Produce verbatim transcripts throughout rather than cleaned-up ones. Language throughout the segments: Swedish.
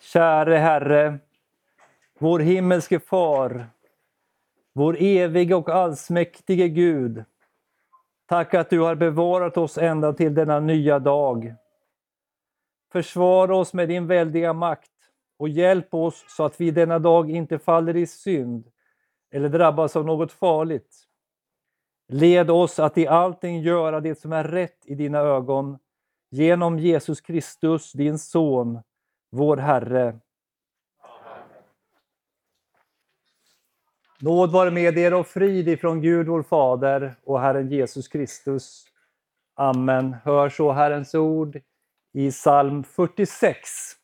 Käre Herre, vår himmelske Far, vår evige och allsmäktige Gud. Tack att du har bevarat oss ända till denna nya dag. Försvara oss med din väldiga makt och hjälp oss så att vi denna dag inte faller i synd eller drabbas av något farligt. Led oss att i allting göra det som är rätt i dina ögon genom Jesus Kristus, din son, vår Herre. Nåd vare med er och frid ifrån Gud vår Fader och Herren Jesus Kristus. Amen. Hör så Herrens ord i psalm fyrtiosex.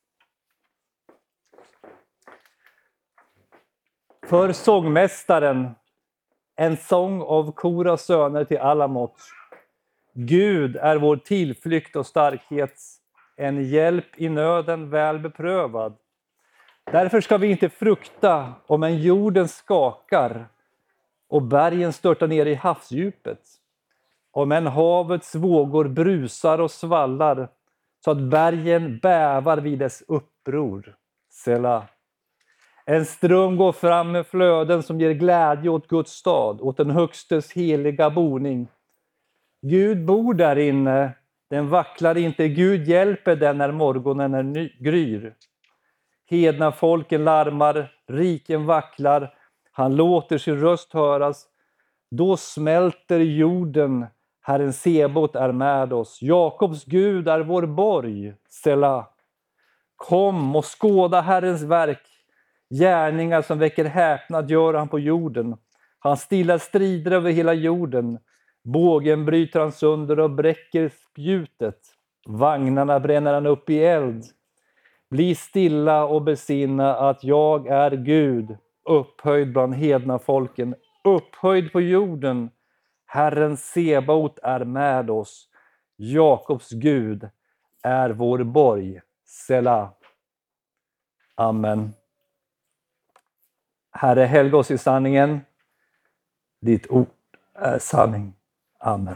För sångmästaren, en sång av Koras söner till alla mått. Gud är vår tillflykt och starkhet, en hjälp i nöden väl beprövad. Därför ska vi inte frukta om en jorden skakar och bergen störtar ner i havsdjupet. Om en havets vågor brusar och svallar så att bergen bävar vid dess uppror. Sela. En ström går fram med flöden som ger glädje åt Guds stad, åt den högstes heliga boning. Gud bor där inne, den vacklar inte. Gud hjälper den när morgonen är ny, gryr. Hedna folken larmar, riken vacklar, han låter sin röst höras. Då smälter jorden, Herren Sebot är med oss. Jakobs Gud är vår borg, Sela. Kom och skåda Herrens verk, gärningar som väcker häpnad gör han på jorden. Han stillar strider över hela jorden. Bågen bryter han sönder och bräcker spjutet. Vagnarna bränner han upp i eld. Bli stilla och besinna att jag är Gud, upphöjd bland hedna folken, upphöjd på jorden. Herren Sebaot är med oss. Jakobs Gud är vår borg. Sela. Amen. Herre, helga oss i sanningen. Ditt ord är sanning. Amen.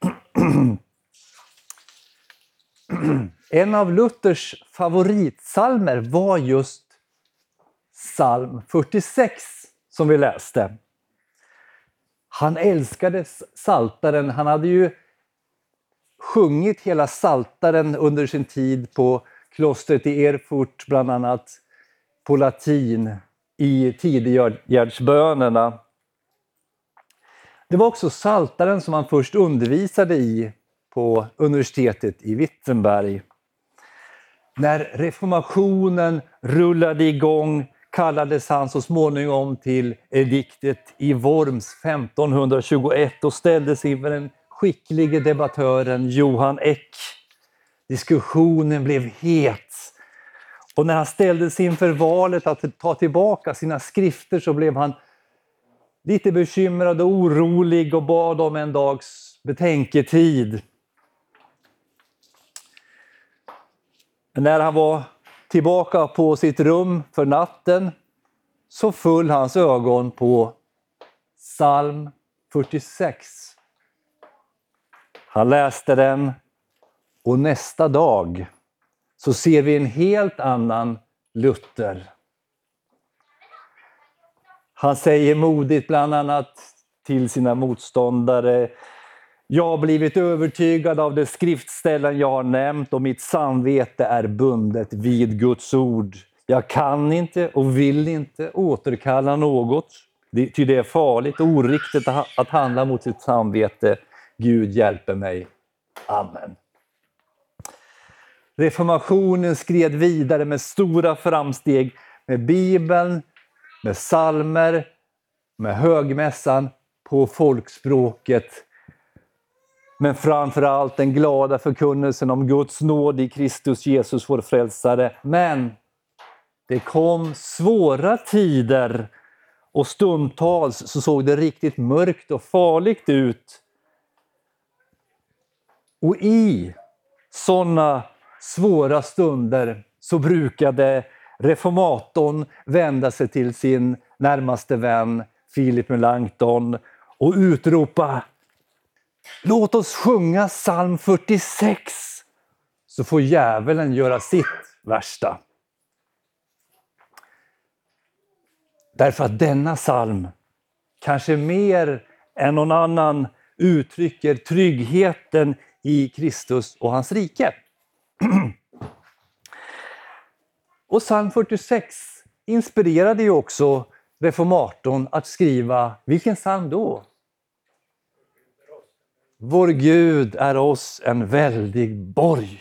En av Luthers favoritsalmer var just psalm fyrtiosex som vi läste. Han älskade saltaren. Han hade ju sjungit hela saltaren under sin tid på klostret i Erfurt, bland annat på latin i tidiggärdsbönerna. Det var också saltaren som han först undervisade i på universitetet i Wittenberg. När reformationen rullade igång kallades han så småningom till ediktet i Worms femtonhundratjugoett och ställdes inför den skicklige debattören Johan Eck. Diskussionen blev het. Och när han ställdes inför valet att ta tillbaka sina skrifter så blev han lite bekymrad och orolig och bad om en dags betänketid. När han var tillbaka på sitt rum för natten så föll hans ögon på psalm fyrtiosex. Han läste den och nästa dag så ser vi en helt annan Luther. Han säger modigt bland annat till sina motståndare: jag har blivit övertygad av de skriftställen jag har nämnt och mitt samvete är bundet vid Guds ord. Jag kan inte och vill inte återkalla något, ty det är farligt och oriktigt att handla mot sitt samvete. Gud hjälper mig. Amen. Reformationen skred vidare med stora framsteg med Bibeln, med psalmer, med högmässan på folkspråket. Men framförallt den glada förkunnelsen om Guds nåd i Kristus Jesus vår frälsare. Men det kom svåra tider och stundtals så såg det riktigt mörkt och farligt ut. Och i sådana svåra stunder så brukade reformatorn vända sig till sin närmaste vän Philip Melanchthon och utropa: låt oss sjunga psalm fyrtiosex så får djävulen göra sitt värsta. Därför att denna psalm kanske mer än någon annan uttrycker tryggheten i Kristus och hans rike. Och psalm fyrtiosex inspirerade ju också reformatorn att skriva, vilken psalm då? Vår Gud är oss en väldig borg.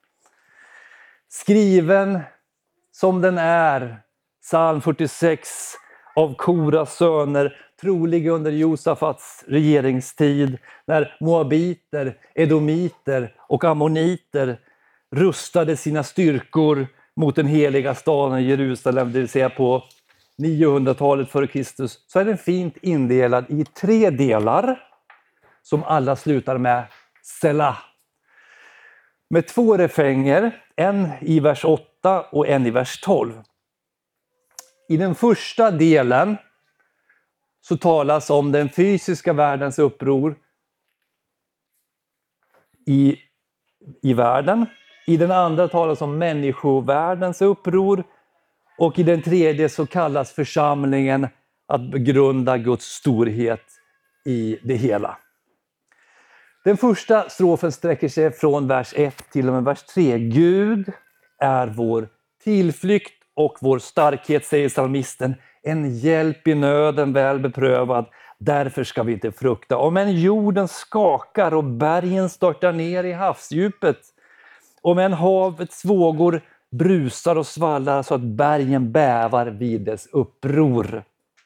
Skriven som den är, psalm fyrtiosex, av Koras söner, troligen under Josafats regeringstid, när moabiter, edomiter och ammoniter rustade sina styrkor mot den heliga staden Jerusalem, det vill säga på niohundratalet före Kristus, så är den fint indelad i tre delar som alla slutar med Selah. Med två refränger, en i vers åtta och en i vers tolv. I den första delen så talas om den fysiska världens uppror i, i världen. I den andra talas om människovärldens uppror. Och i den tredje så kallas församlingen att begrunda Guds storhet i det hela. Den första strofen sträcker sig från vers ett till och med vers tre. Gud är vår tillflykt och vår starkhet, säger psalmisten. En hjälp i nöden väl beprövad. Därför ska vi inte frukta. Om en jorden skakar och bergen störtar ner i havsdjupet. Om en havets vågor brusar och svallar så att bergen bävar vid dess uppror.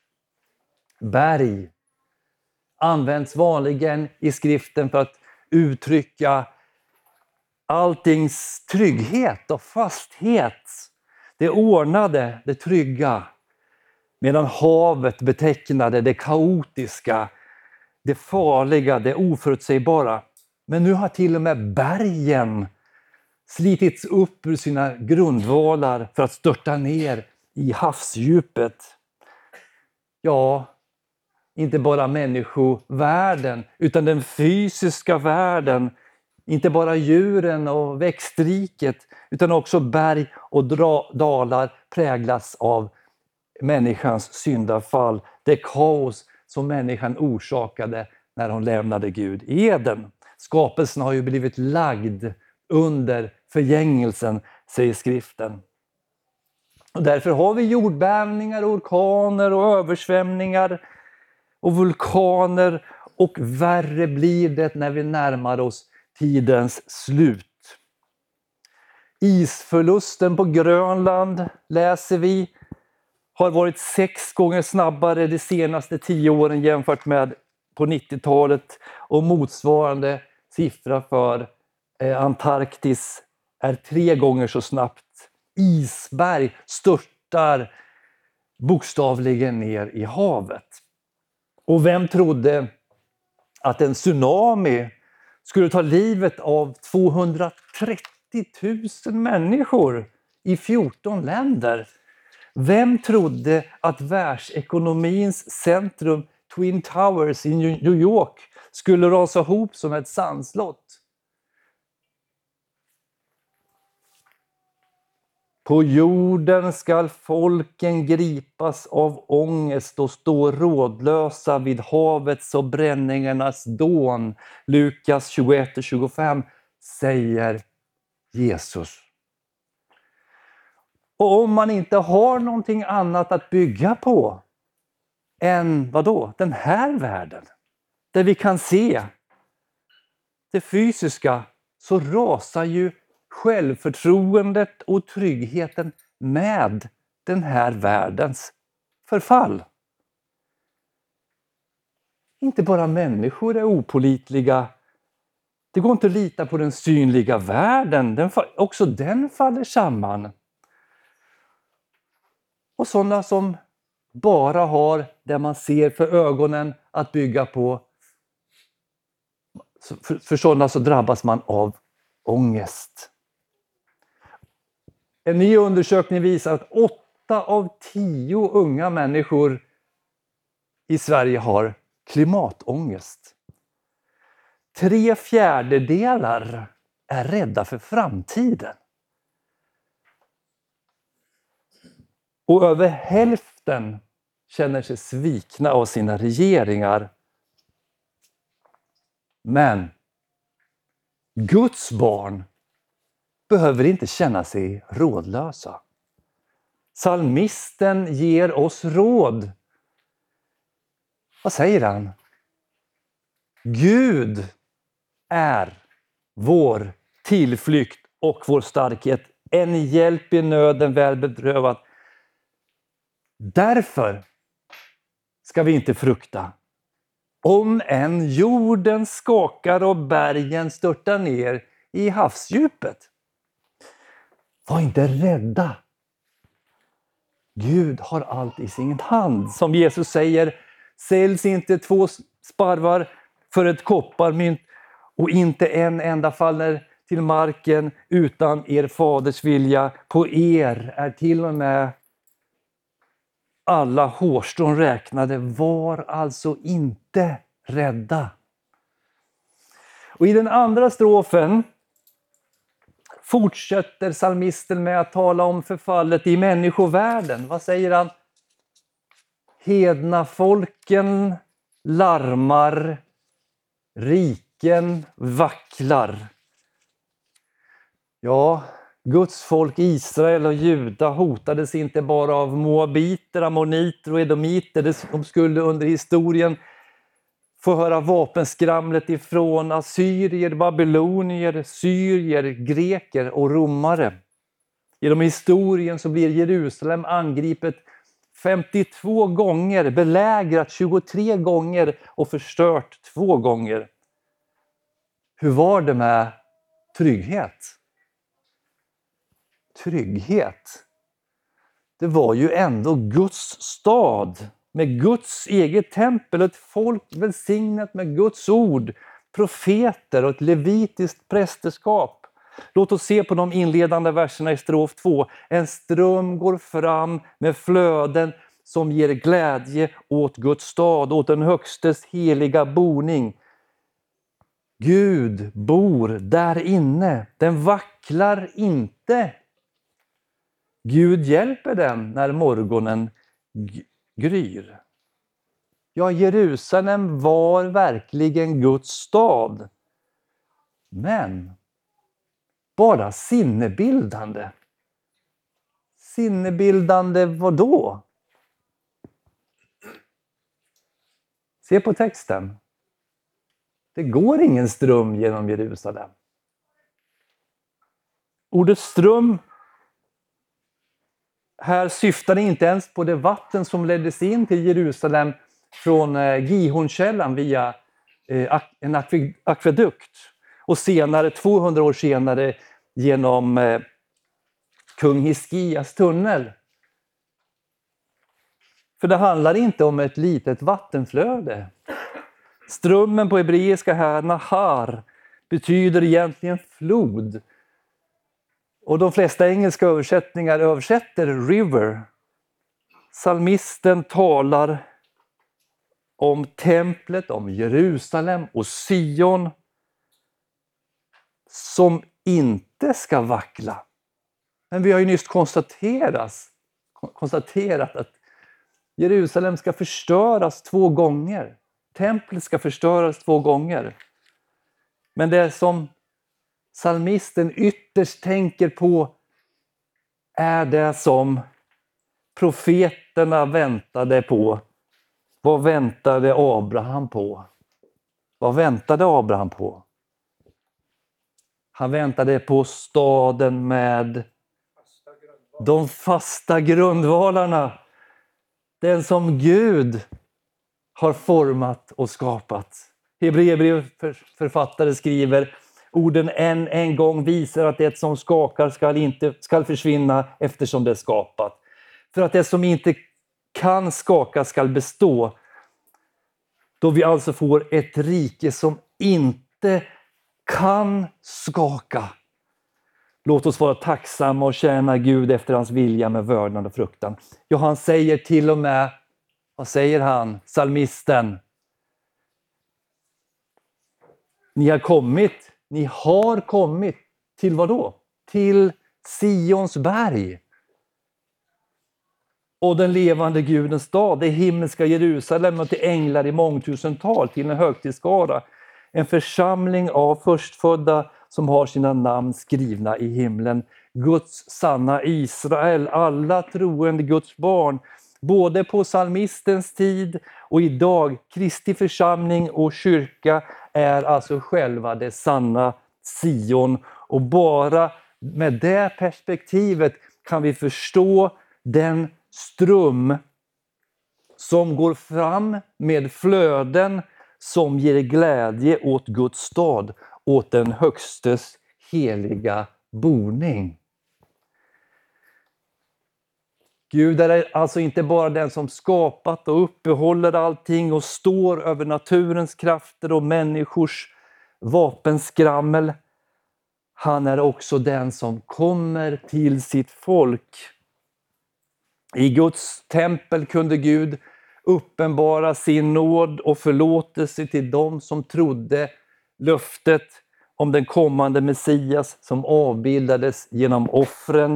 Berg används vanligen i skriften för att uttrycka alltings trygghet och fasthet. Det ordnade, det trygga. Medan havet betecknade det kaotiska, det farliga, det oförutsägbara. Men nu har till och med bergen slitits upp ur sina grundvalar för att störta ner i havsdjupet. Ja, inte bara människovärlden utan den fysiska världen. Inte bara djuren och växtriket utan också berg och dalar präglas av människans syndafall. Det kaos som människan orsakade när hon lämnade Gud i Eden. Skapelsen har ju blivit lagd under förgängelsen, säger skriften. Och därför har vi jordbävningar, orkaner och översvämningar och vulkaner. Och värre blir det när vi närmar oss tidens slut. Isförlusten på Grönland, läser vi, har varit sex gånger snabbare de senaste tio åren jämfört med på nittiotalet. Och motsvarande siffra för eh, Antarktis är tre gånger så snabbt. Isberg störtar bokstavligen ner i havet. Och vem trodde att en tsunami skulle ta livet av tvåhundratrettio tusen människor i fjorton länder? Vem trodde att världsekonomins centrum Twin Towers i New York skulle rasa ihop som ett sandslott? På jorden skall folken gripas av ångest och stå rådlösa vid havets och bränningarnas dån. Lukas tjugoett tjugofem säger Jesus. Och om man inte har någonting annat att bygga på än vad då? Den här världen. Där vi kan se det fysiska, så rasar ju självförtroendet och tryggheten med den här världens förfall. Inte bara människor är opålitliga. Det går inte att lita på den synliga världen. Den, också den faller samman. Och sådana som bara har det man ser för ögonen att bygga på. För, för sådana så drabbas man av ångest. En ny undersökning visar att åtta av tio unga människor i Sverige har klimatångest. Tre fjärdedelar är rädda för framtiden. Och över hälften känner sig svikna av sina regeringar. Men Guds barn behöver inte känna sig rådlösa. Psalmisten ger oss råd. Vad säger han? Gud är vår tillflykt och vår starkhet. En hjälp i nöden, väl bedrövad. Därför ska vi inte frukta. Om än jorden skakar och bergen störtar ner i havsdjupet. Var inte rädda. Gud har allt i sin hand. Som Jesus säger, säljs inte två sparvar för ett kopparmynt och inte en enda faller till marken utan er faders vilja. På er är till och med alla hårstrån räknade. Var alltså inte rädda. Och i den andra strofen fortsätter psalmisten med att tala om förfallet i människovärlden. Vad säger han? Hedna folken larmar, riken vacklar. Ja, Guds folk Israel och Juda hotades inte bara av moabiter, ammoniter och edomiter. De skulle under historien få höra vapenskramlet ifrån assyrier, babylonier, syrier, greker och romare. Genom historien så blir Jerusalem angripet femtiotvå gånger, belägrat tjugotre gånger och förstört två gånger. Hur var det med trygghet? Trygghet. Det var ju ändå Guds stad med Guds eget tempel, ett folk välsignat med Guds ord, profeter och ett levitiskt prästerskap. Låt oss se på de inledande verserna i strof två. En ström går fram med flöden som ger glädje åt Guds stad, åt den högstes heliga boning. Gud bor där inne, den vacklar inte. Gud hjälper den när morgonen gryr. Ja, Jerusalem var verkligen Guds stad. Men bara sinnebildande. Sinnebildande vad då? Se på texten. Det går ingen ström genom Jerusalem. Ordet ström här syftar inte ens på det vatten som leddes in till Jerusalem från Gihonskällan via en akvedukt. Och senare, tvåhundra år senare, genom kung Hiskias tunnel. För det handlar inte om ett litet vattenflöde. Strömmen på hebreiska här, nahar, betyder egentligen flod. Och de flesta engelska översättningar översätter river. Psalmisten talar om templet, om Jerusalem och Sion som inte ska vackla. Men vi har ju nyss konstaterat, konstaterat att Jerusalem ska förstöras två gånger. Templet ska förstöras två gånger. Men det som psalmisten ytterst tänker på är det som profeterna väntade på. Vad väntade Abraham på? Vad väntade Abraham på? Han väntade på staden med de fasta grundvalarna. Den som Gud har format och skapat. Hebreerbrevets författare skriver: orden än en gång visar att det som skakar ska inte ska försvinna eftersom det är skapat. För att det som inte kan skaka ska bestå. Då vi alltså får ett rike som inte kan skaka. Låt oss vara tacksamma och tjäna Gud efter hans vilja med vördnad och fruktan. Ja, han säger till och med, vad säger han, psalmisten? Ni har kommit, ni har kommit till vad då? Till Sions berg. och den levande Gudens stad, det himmelska Jerusalem och till änglar i mångtusental, till en högtidsskara. En församling av förstfödda som har sina namn skrivna i himlen. Guds sanna Israel, alla troende Guds barn, både på psalmistens tid och idag, Kristi församling och kyrka är alltså själva det sanna Sion. Och bara med det perspektivet kan vi förstå den ström som går fram med flöden som ger glädje åt Guds stad, åt den högstes heliga boning. Gud är alltså inte bara den som skapat och uppehåller allting och står över naturens krafter och människors vapenskrammel. Han är också den som kommer till sitt folk. I Guds tempel kunde Gud uppenbara sin nåd och förlåtelse till dem som trodde löftet om den kommande Messias som avbildades genom offren.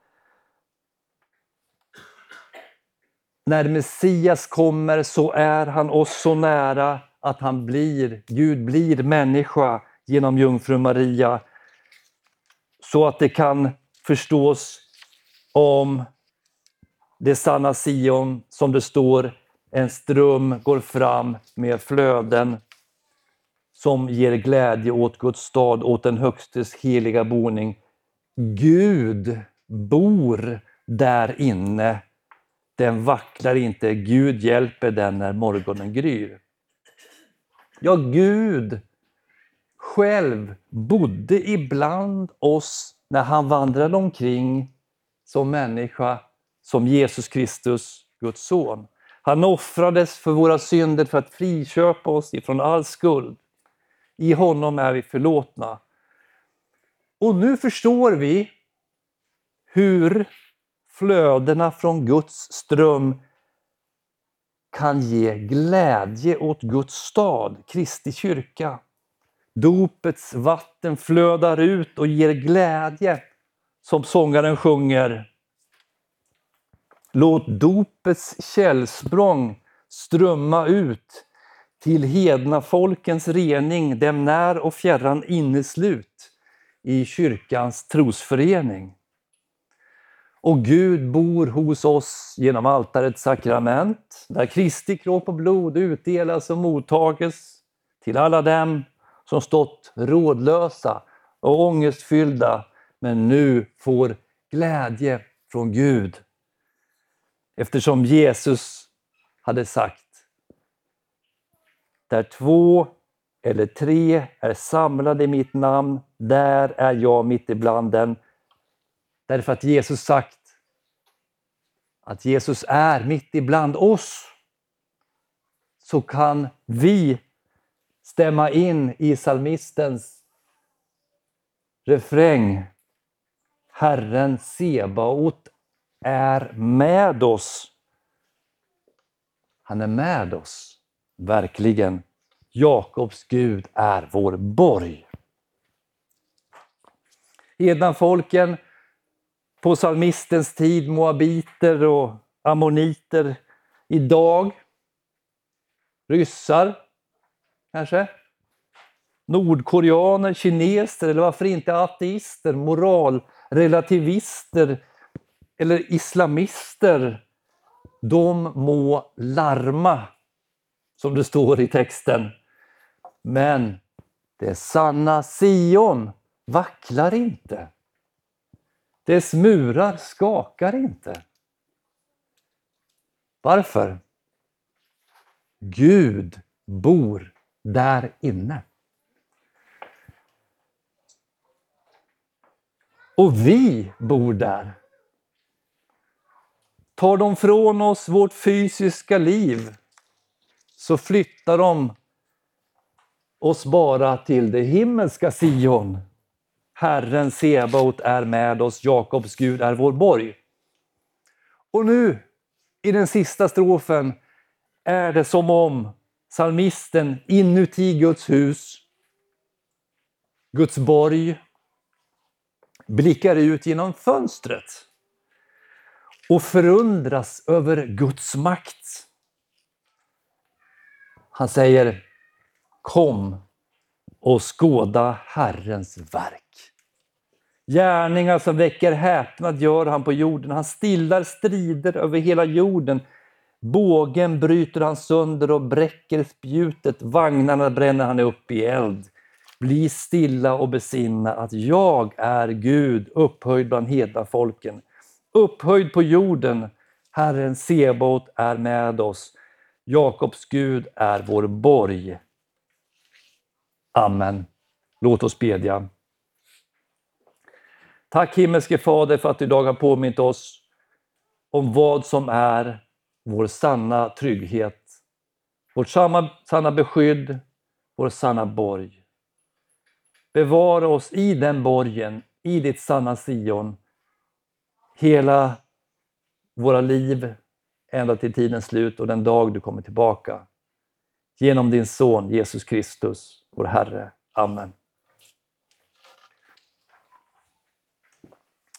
När Messias kommer så är han oss så nära att han blir, Gud blir människa genom jungfru Maria. Så att det kan förstås om det sanna Sion, som det står, en ström går fram med flöden som ger glädje åt Guds stad, åt den högstes heliga boning. Gud bor där inne. Den vacklar inte. Gud hjälper den när morgonen gryr. Ja, Gud själv bodde ibland oss när han vandrade omkring som människa, som Jesus Kristus, Guds son. Han offrades för våra synder för att friköpa oss ifrån all skuld. I honom är vi förlåtna. Och nu förstår vi hur flödena från Guds ström kan ge glädje åt Guds stad, Kristi kyrka. Dopets vatten flödar ut och ger glädje, som sångaren sjunger. Låt dopets källsprång strömma ut till hedna folkens rening, dem när och fjärran inneslut i kyrkans trosförening. Och Gud bor hos oss genom altarets sakrament, där Kristi kropp och blod utdelas och mottages till alla dem som stått rådlösa och ångestfyllda, men nu får glädje från Gud. Eftersom Jesus hade sagt, där två eller tre är samlade i mitt namn, där är jag mitt ibland den. Därför att Jesus sagt att Jesus är mitt ibland oss, så kan vi stämma in i psalmistens refräng. Herren Sebaot är med oss. Han är med oss, verkligen. Jakobs Gud är vår borg. Hedenfolken på psalmistens tid, moabiter och ammoniter, idag ryssar kanske, nordkoreaner, kineser eller varför inte ateister, moralrelativister eller islamister, de må larma, som det står i texten. Men det sanna Sion vacklar inte. Dess murar skakar inte. Varför? Gud bor där inne. Och vi bor där. Tar de från oss vårt fysiska liv, så flyttar de oss bara till det himmelska Sion. Herren Sebaot är med oss, Jakobs Gud är vår borg. Och nu, i den sista strofen, är det som om psalmisten inuti Guds hus, Guds borg, blickar ut genom fönstret. och förundras över Guds makt. Han säger: kom och skåda Herrens verk. Gärningar som väcker häpnad gör han på jorden. Han stillar strider över hela jorden. Bågen bryter han sönder och bräcker spjutet. Vagnarna bränner han upp i eld. Bli stilla och besinna att jag är Gud, upphöjd bland hedna folken. Upphöjd på jorden. Herren Sebaot är med oss. Jakobs Gud är vår borg. Amen. Låt oss bedja. Tack himmelske Fader för att du idag har påmint oss om vad som är vår sanna trygghet. Vårt sanna, sanna beskydd, vår sanna borg. Bevara oss i den borgen, i ditt sanna Sion. Hela våra liv ända till tidens slut och den dag du kommer tillbaka. Genom din son Jesus Kristus, vår Herre. Amen.